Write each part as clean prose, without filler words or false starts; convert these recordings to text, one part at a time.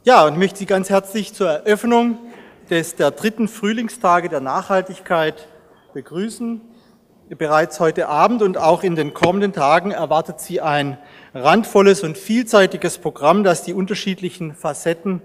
Ja, und ich möchte Sie ganz herzlich zur Eröffnung der dritten Frühlingstage der Nachhaltigkeit begrüßen. Bereits heute Abend und auch in den kommenden Tagen erwartet Sie ein randvolles und vielseitiges Programm, das die unterschiedlichen Facetten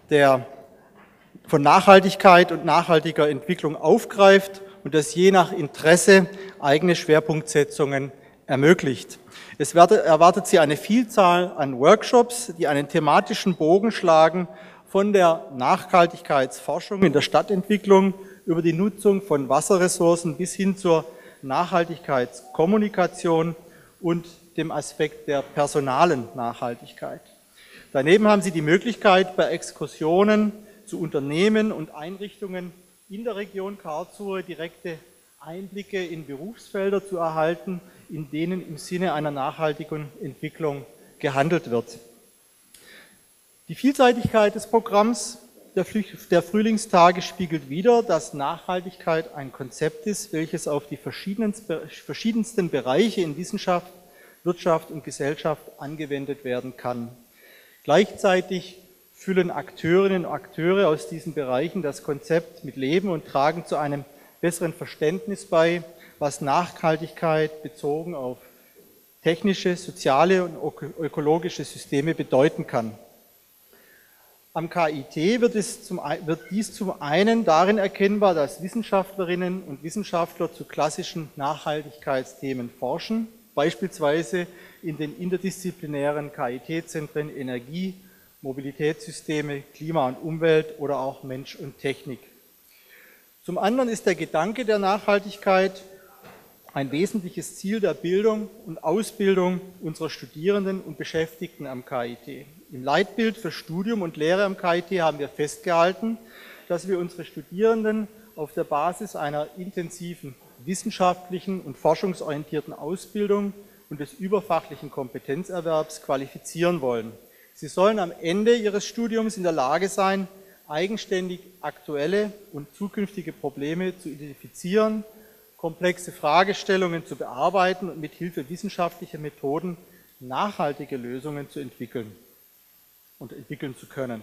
von Nachhaltigkeit und nachhaltiger Entwicklung aufgreift und das je nach Interesse eigene Schwerpunktsetzungen ermöglicht. Es erwartet Sie eine Vielzahl an Workshops, die einen thematischen Bogen schlagen von der Nachhaltigkeitsforschung in der Stadtentwicklung über die Nutzung von Wasserressourcen bis hin zur Nachhaltigkeitskommunikation und dem Aspekt der personalen Nachhaltigkeit. Daneben haben Sie die Möglichkeit, bei Exkursionen zu Unternehmen und Einrichtungen in der Region Karlsruhe direkte Einblicke in Berufsfelder zu erhalten, in denen im Sinne einer nachhaltigen Entwicklung gehandelt wird. Die Vielseitigkeit des Programms der Frühlingstage spiegelt wider, dass Nachhaltigkeit ein Konzept ist, welches auf die verschiedensten Bereiche in Wissenschaft, Wirtschaft und Gesellschaft angewendet werden kann. Gleichzeitig füllen Akteurinnen und Akteure aus diesen Bereichen das Konzept mit Leben und tragen zu einem besseren Verständnis bei, was Nachhaltigkeit bezogen auf technische, soziale und ökologische Systeme bedeuten kann. Am KIT wird dies zum einen darin erkennbar, dass Wissenschaftlerinnen und Wissenschaftler zu klassischen Nachhaltigkeitsthemen forschen, beispielsweise in den interdisziplinären KIT-Zentren Energie, Mobilitätssysteme, Klima und Umwelt oder auch Mensch und Technik. Zum anderen ist der Gedanke der Nachhaltigkeit ein wesentliches Ziel der Bildung und Ausbildung unserer Studierenden und Beschäftigten am KIT. Im Leitbild für Studium und Lehre am KIT haben wir festgehalten, dass wir unsere Studierenden auf der Basis einer intensiven wissenschaftlichen und forschungsorientierten Ausbildung und des überfachlichen Kompetenzerwerbs qualifizieren wollen. Sie sollen am Ende ihres Studiums in der Lage sein, eigenständig aktuelle und zukünftige Probleme zu identifizieren, komplexe Fragestellungen zu bearbeiten und mit Hilfe wissenschaftlicher Methoden nachhaltige Lösungen zu entwickeln und entwickeln zu können.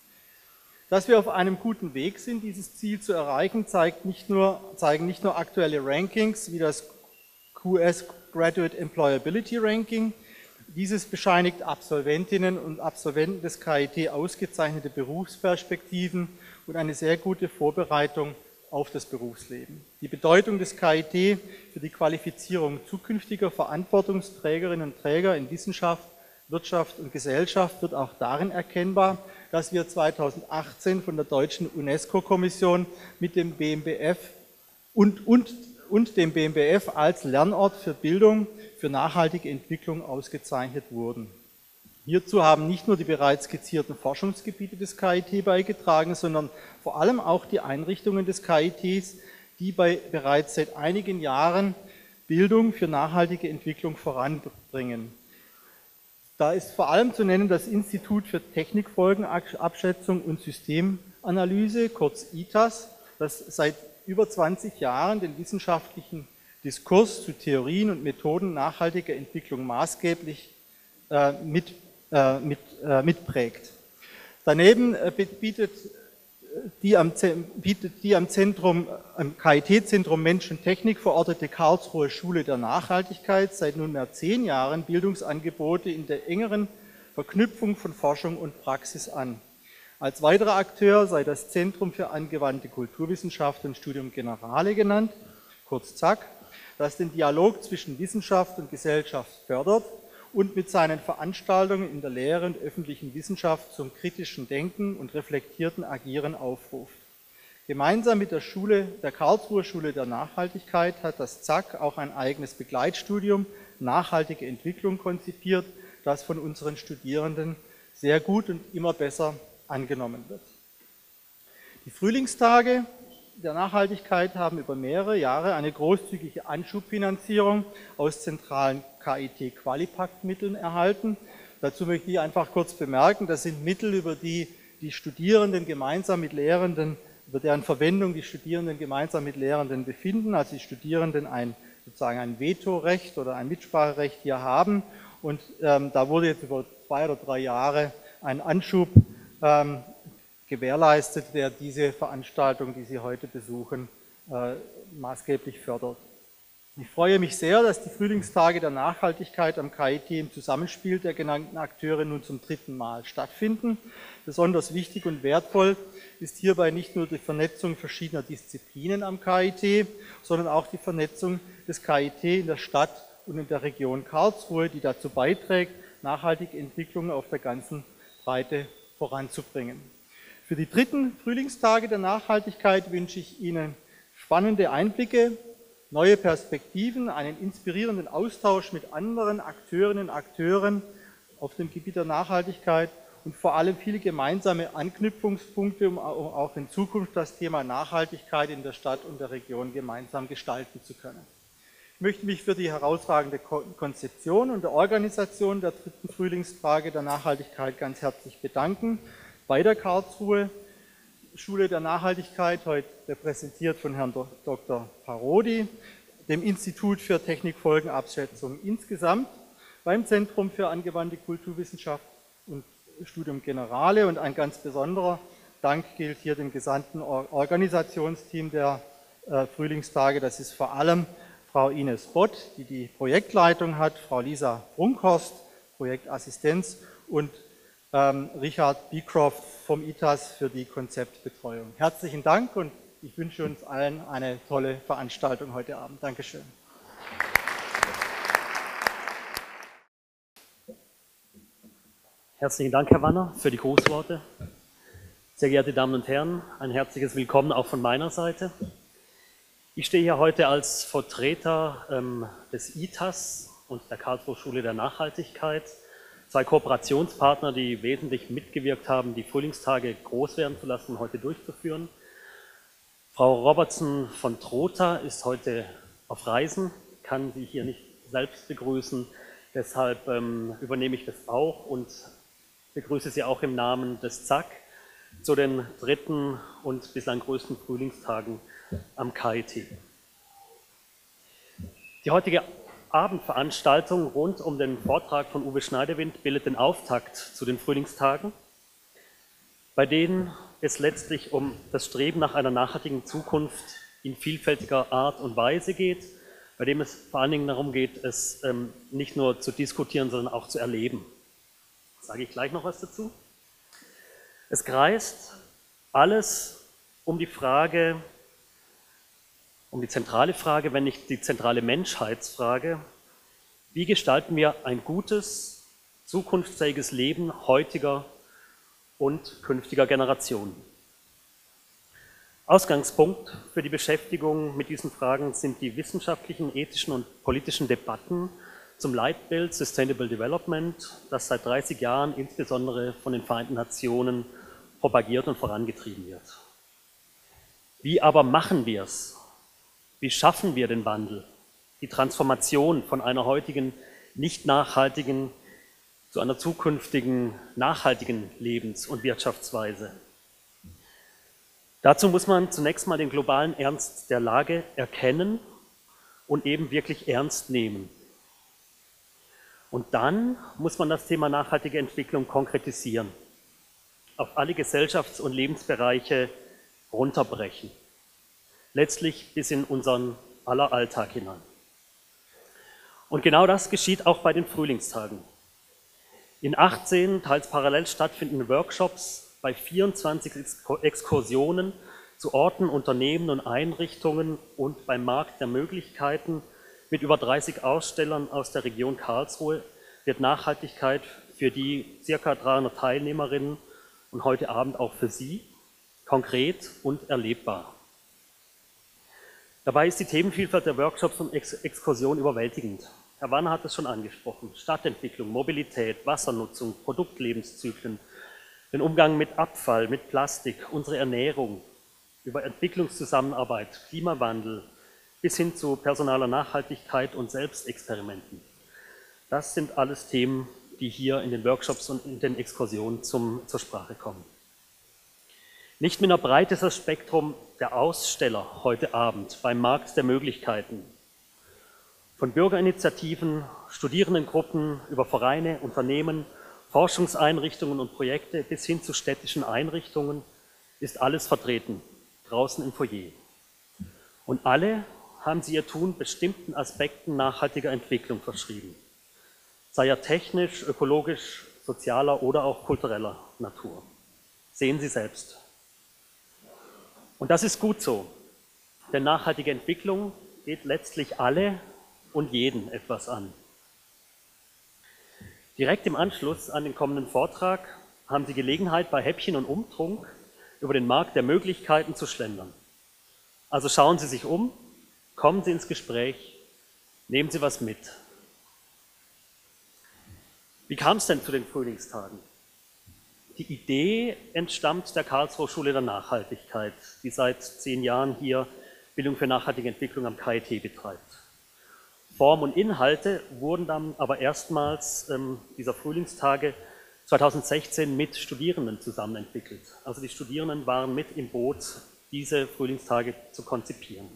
Dass wir auf einem guten Weg sind, dieses Ziel zu erreichen, zeigen nicht nur aktuelle Rankings wie das QS Graduate Employability Ranking. Dieses bescheinigt Absolventinnen und Absolventen des KIT ausgezeichnete Berufsperspektiven und eine sehr gute Vorbereitung auf das Berufsleben. Die Bedeutung des KIT für die Qualifizierung zukünftiger Verantwortungsträgerinnen und Träger in Wissenschaft, Wirtschaft und Gesellschaft wird auch darin erkennbar, dass wir 2018 von der deutschen UNESCO-Kommission mit dem BMBF und dem BMBF als Lernort für Bildung für nachhaltige Entwicklung ausgezeichnet wurden. Hierzu haben nicht nur die bereits skizzierten Forschungsgebiete des KIT beigetragen, sondern vor allem auch die Einrichtungen des KITs, die bereits seit einigen Jahren Bildung für nachhaltige Entwicklung voranbringen. Da ist vor allem zu nennen das Institut für Technikfolgenabschätzung und Systemanalyse, kurz ITAS, das seit über 20 Jahren den wissenschaftlichen Diskurs zu Theorien und Methoden nachhaltiger Entwicklung maßgeblich mitprägt. Daneben bietet die am KIT-Zentrum Mensch und Technik verortete Karlsruher Schule der Nachhaltigkeit seit nunmehr 10 Jahren Bildungsangebote in der engeren Verknüpfung von Forschung und Praxis an. Als weiterer Akteur sei das Zentrum für angewandte Kulturwissenschaften und Studium Generale genannt, kurz ZAK, das den Dialog zwischen Wissenschaft und Gesellschaft fördert und mit seinen Veranstaltungen in der Lehre und öffentlichen Wissenschaft zum kritischen Denken und reflektierten Agieren aufruft. Gemeinsam mit der Karlsruher Schule der Nachhaltigkeit hat das ZAK auch ein eigenes Begleitstudium Nachhaltige Entwicklung konzipiert, das von unseren Studierenden sehr gut und immer besser angenommen wird. Die Frühlingstage der Nachhaltigkeit haben über mehrere Jahre eine großzügige Anschubfinanzierung aus zentralen KIT-Qualipact-Mitteln erhalten. Dazu möchte ich einfach kurz bemerken, das sind Mittel, über die die Studierenden gemeinsam mit Lehrenden, über deren Verwendung die Studierenden gemeinsam mit Lehrenden befinden, also die Studierenden sozusagen ein Vetorecht oder ein Mitspracherecht hier haben. Und da wurde jetzt über 2 oder 3 Jahre ein Anschub gewährleistet, der diese Veranstaltung, die Sie heute besuchen, maßgeblich fördert. Ich freue mich sehr, dass die Frühlingstage der Nachhaltigkeit am KIT im Zusammenspiel der genannten Akteure nun zum 3. Mal stattfinden. Besonders wichtig und wertvoll ist hierbei nicht nur die Vernetzung verschiedener Disziplinen am KIT, sondern auch die Vernetzung des KIT in der Stadt und in der Region Karlsruhe, die dazu beiträgt, nachhaltige Entwicklungen auf der ganzen Breite voranzubringen. Für die 3. Frühlingstage der Nachhaltigkeit wünsche ich Ihnen spannende Einblicke, neue Perspektiven, einen inspirierenden Austausch mit anderen Akteurinnen und Akteuren auf dem Gebiet der Nachhaltigkeit und vor allem viele gemeinsame Anknüpfungspunkte, um auch in Zukunft das Thema Nachhaltigkeit in der Stadt und der Region gemeinsam gestalten zu können. Ich möchte mich für die herausragende Konzeption und der Organisation der 3. Frühlingstage der Nachhaltigkeit ganz herzlich bedanken bei der Karlsruhe Schule der Nachhaltigkeit, heute repräsentiert von Herrn Dr. Parodi, dem Institut für Technikfolgenabschätzung insgesamt, beim Zentrum für angewandte Kulturwissenschaft und Studium Generale, und ein ganz besonderer Dank gilt hier dem gesamten Organisationsteam der Frühlingstage. Das ist vor allem Frau Ines Bott, die die Projektleitung hat, Frau Lisa Brunkhorst, Projektassistenz, und Richard Beecroft vom ITAS für die Konzeptbetreuung. Herzlichen Dank und ich wünsche uns allen eine tolle Veranstaltung heute Abend. Dankeschön. Herzlichen Dank, Herr Wanner, für die Grußworte. Sehr geehrte Damen und Herren, ein herzliches Willkommen auch von meiner Seite. Ich stehe hier heute als Vertreter des ITAS und der Karlsruher Schule der Nachhaltigkeit, zwei Kooperationspartner, die wesentlich mitgewirkt haben, die Frühlingstage groß werden zu lassen und heute durchzuführen. Frau Robertson von Trotha ist heute auf Reisen, kann Sie hier nicht selbst begrüßen, deshalb übernehme ich das auch und begrüße Sie auch im Namen des ZAK zu den 3. und bislang größten Frühlingstagen am KIT. Die heutige Abendveranstaltung rund um den Vortrag von Uwe Schneidewind bildet den Auftakt zu den Frühlingstagen, bei denen es letztlich um das Streben nach einer nachhaltigen Zukunft in vielfältiger Art und Weise geht, bei dem es vor allen Dingen darum geht, es nicht nur zu diskutieren, sondern auch zu erleben. Sage ich gleich noch was dazu. Es kreist alles um die Frage, um die zentrale Frage, wenn nicht die zentrale Menschheitsfrage: Wie gestalten wir ein gutes, zukunftsfähiges Leben heutiger und künftiger Generationen? Ausgangspunkt für die Beschäftigung mit diesen Fragen sind die wissenschaftlichen, ethischen und politischen Debatten zum Leitbild Sustainable Development, das seit 30 Jahren insbesondere von den Vereinten Nationen propagiert und vorangetrieben wird. Wie aber machen wir es? Wie schaffen wir den Wandel, die Transformation von einer heutigen nicht nachhaltigen zu einer zukünftigen nachhaltigen Lebens- und Wirtschaftsweise? Dazu muss man zunächst mal den globalen Ernst der Lage erkennen und eben wirklich ernst nehmen. Und dann muss man das Thema nachhaltige Entwicklung konkretisieren, auf alle Gesellschafts- und Lebensbereiche runterbrechen. Letztlich bis in unseren aller Alltag hinein. Und genau das geschieht auch bei den Frühlingstagen. In 18 teils parallel stattfindenden Workshops, bei 24 Exkursionen zu Orten, Unternehmen und Einrichtungen und beim Markt der Möglichkeiten mit über 30 Ausstellern aus der Region Karlsruhe wird Nachhaltigkeit für die ca. 300 Teilnehmerinnen und heute Abend auch für Sie konkret und erlebbar. Dabei ist die Themenvielfalt der Workshops und Exkursionen überwältigend. Herr Wanner hat es schon angesprochen: Stadtentwicklung, Mobilität, Wassernutzung, Produktlebenszyklen, den Umgang mit Abfall, mit Plastik, unsere Ernährung, über Entwicklungszusammenarbeit, Klimawandel bis hin zu personaler Nachhaltigkeit und Selbstexperimenten. Das sind alles Themen, die hier in den Workshops und in den Exkursionen zur Sprache kommen. Nicht minder breit ist das Spektrum der Aussteller heute Abend beim Markt der Möglichkeiten. Von Bürgerinitiativen, Studierendengruppen über Vereine, Unternehmen Forschungseinrichtungen und Projekte bis hin zu städtischen Einrichtungen ist alles vertreten, draußen im Foyer. Und alle haben sie ihr Tun bestimmten Aspekten nachhaltiger Entwicklung verschrieben, sei er technisch, ökologisch, sozialer oder auch kultureller Natur. Sehen Sie selbst. Und das ist gut so, denn nachhaltige Entwicklung geht letztlich alle und jeden etwas an. Direkt im Anschluss an den kommenden Vortrag haben Sie Gelegenheit, bei Häppchen und Umtrunk über den Markt der Möglichkeiten zu schlendern. Also schauen Sie sich um, kommen Sie ins Gespräch, nehmen Sie was mit. Wie kam es denn zu den Frühlingstagen? Die Idee entstammt der Karlsruher Schule der Nachhaltigkeit, die seit 10 Jahren hier Bildung für nachhaltige Entwicklung am KIT betreibt. Form und Inhalte wurden dann aber erstmals dieser Frühlingstage 2016 mit Studierenden zusammen entwickelt. Also die Studierenden waren mit im Boot, diese Frühlingstage zu konzipieren.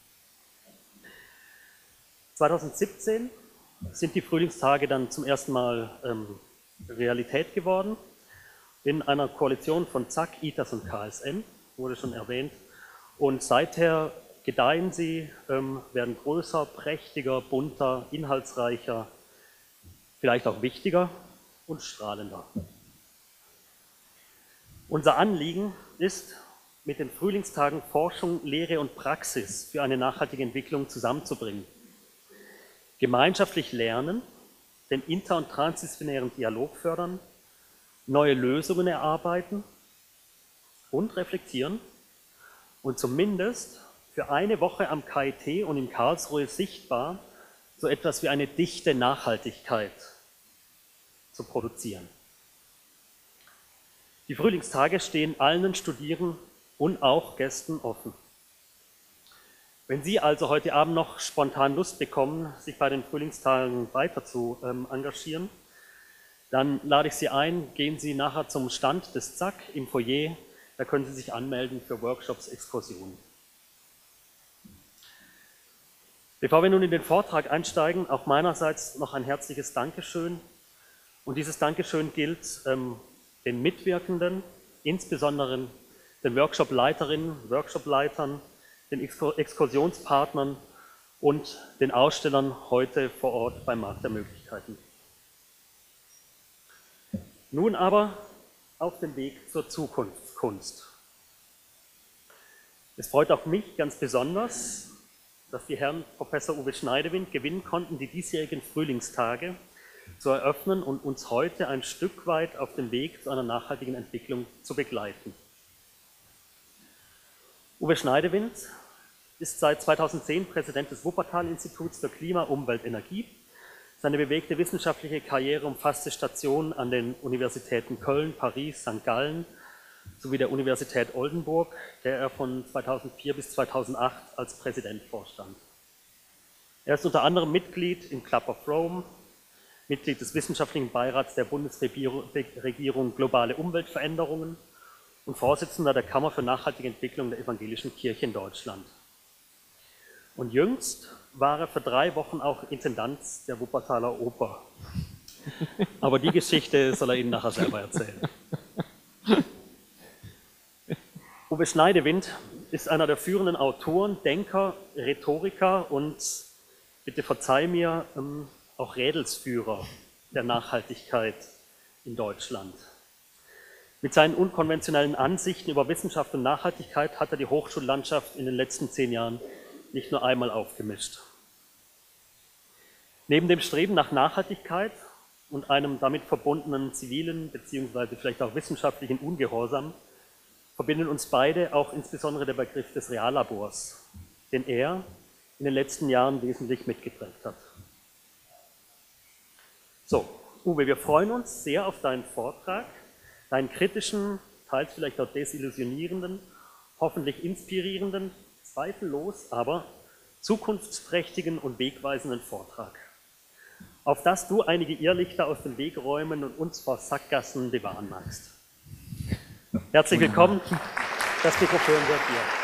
2017 sind die Frühlingstage dann zum ersten Mal Realität geworden, in einer Koalition von ZAK, ITAS und KSN, wurde schon erwähnt, und seither gedeihen sie, werden größer, prächtiger, bunter, inhaltsreicher, vielleicht auch wichtiger und strahlender. Unser Anliegen ist, mit den Frühlingstagen Forschung, Lehre und Praxis für eine nachhaltige Entwicklung zusammenzubringen. Gemeinschaftlich lernen, den inter- und transdisziplinären Dialog fördern, neue Lösungen erarbeiten und reflektieren und zumindest für eine Woche am KIT und in Karlsruhe sichtbar so etwas wie eine dichte Nachhaltigkeit zu produzieren. Die Frühlingstage stehen allen Studierenden und auch Gästen offen. Wenn Sie also heute Abend noch spontan Lust bekommen, sich bei den Frühlingstagen weiter zu engagieren, dann lade ich Sie ein, gehen Sie nachher zum Stand des ZAK im Foyer, da können Sie sich anmelden für Workshops, Exkursionen. Bevor wir nun in den Vortrag einsteigen, auch meinerseits noch ein herzliches Dankeschön. Und dieses Dankeschön gilt den Mitwirkenden, insbesondere den Workshop-Leiterinnen, Workshop-Leitern, den Exkursionspartnern und den Ausstellern heute vor Ort beim Markt der Möglichkeiten. Nun aber auf dem Weg zur Zukunftskunst. Es freut auch mich ganz besonders, dass die Herren Professor Uwe Schneidewind gewinnen konnten, die diesjährigen Frühlingstage zu eröffnen und uns heute ein Stück weit auf dem Weg zu einer nachhaltigen Entwicklung zu begleiten. Uwe Schneidewind ist seit 2010 Präsident des Wuppertal-Instituts für Klima, Umwelt, Energie. Seine bewegte wissenschaftliche Karriere umfasste Stationen an den Universitäten Köln, Paris, St. Gallen sowie der Universität Oldenburg, der er von 2004 bis 2008 als Präsident vorstand. Er ist unter anderem Mitglied im Club of Rome, Mitglied des Wissenschaftlichen Beirats der Bundesregierung Globale Umweltveränderungen und Vorsitzender der Kammer für nachhaltige Entwicklung der Evangelischen Kirche in Deutschland. Und jüngst war er für 3 Wochen auch Intendant der Wuppertaler Oper. Aber die Geschichte soll er Ihnen nachher selber erzählen. Uwe Schneidewind ist einer der führenden Autoren, Denker, Rhetoriker und, bitte verzeih mir, auch Rädelsführer der Nachhaltigkeit in Deutschland. Mit seinen unkonventionellen Ansichten über Wissenschaft und Nachhaltigkeit hat er die Hochschullandschaft in den letzten 10 Jahren nicht nur einmal aufgemischt. Neben dem Streben nach Nachhaltigkeit und einem damit verbundenen zivilen bzw. vielleicht auch wissenschaftlichen Ungehorsam verbindet uns beide auch insbesondere der Begriff des Reallabors, den er in den letzten Jahren wesentlich mitgeprägt hat. So, Uwe, wir freuen uns sehr auf deinen Vortrag, deinen kritischen, teils vielleicht auch desillusionierenden, hoffentlich inspirierenden, zweifellos, aber zukunftsträchtigen und wegweisenden Vortrag, auf das du einige Irrlichter aus dem Weg räumen und uns vor Sackgassen bewahren magst. Herzlich willkommen, das Mikrofon wird dir.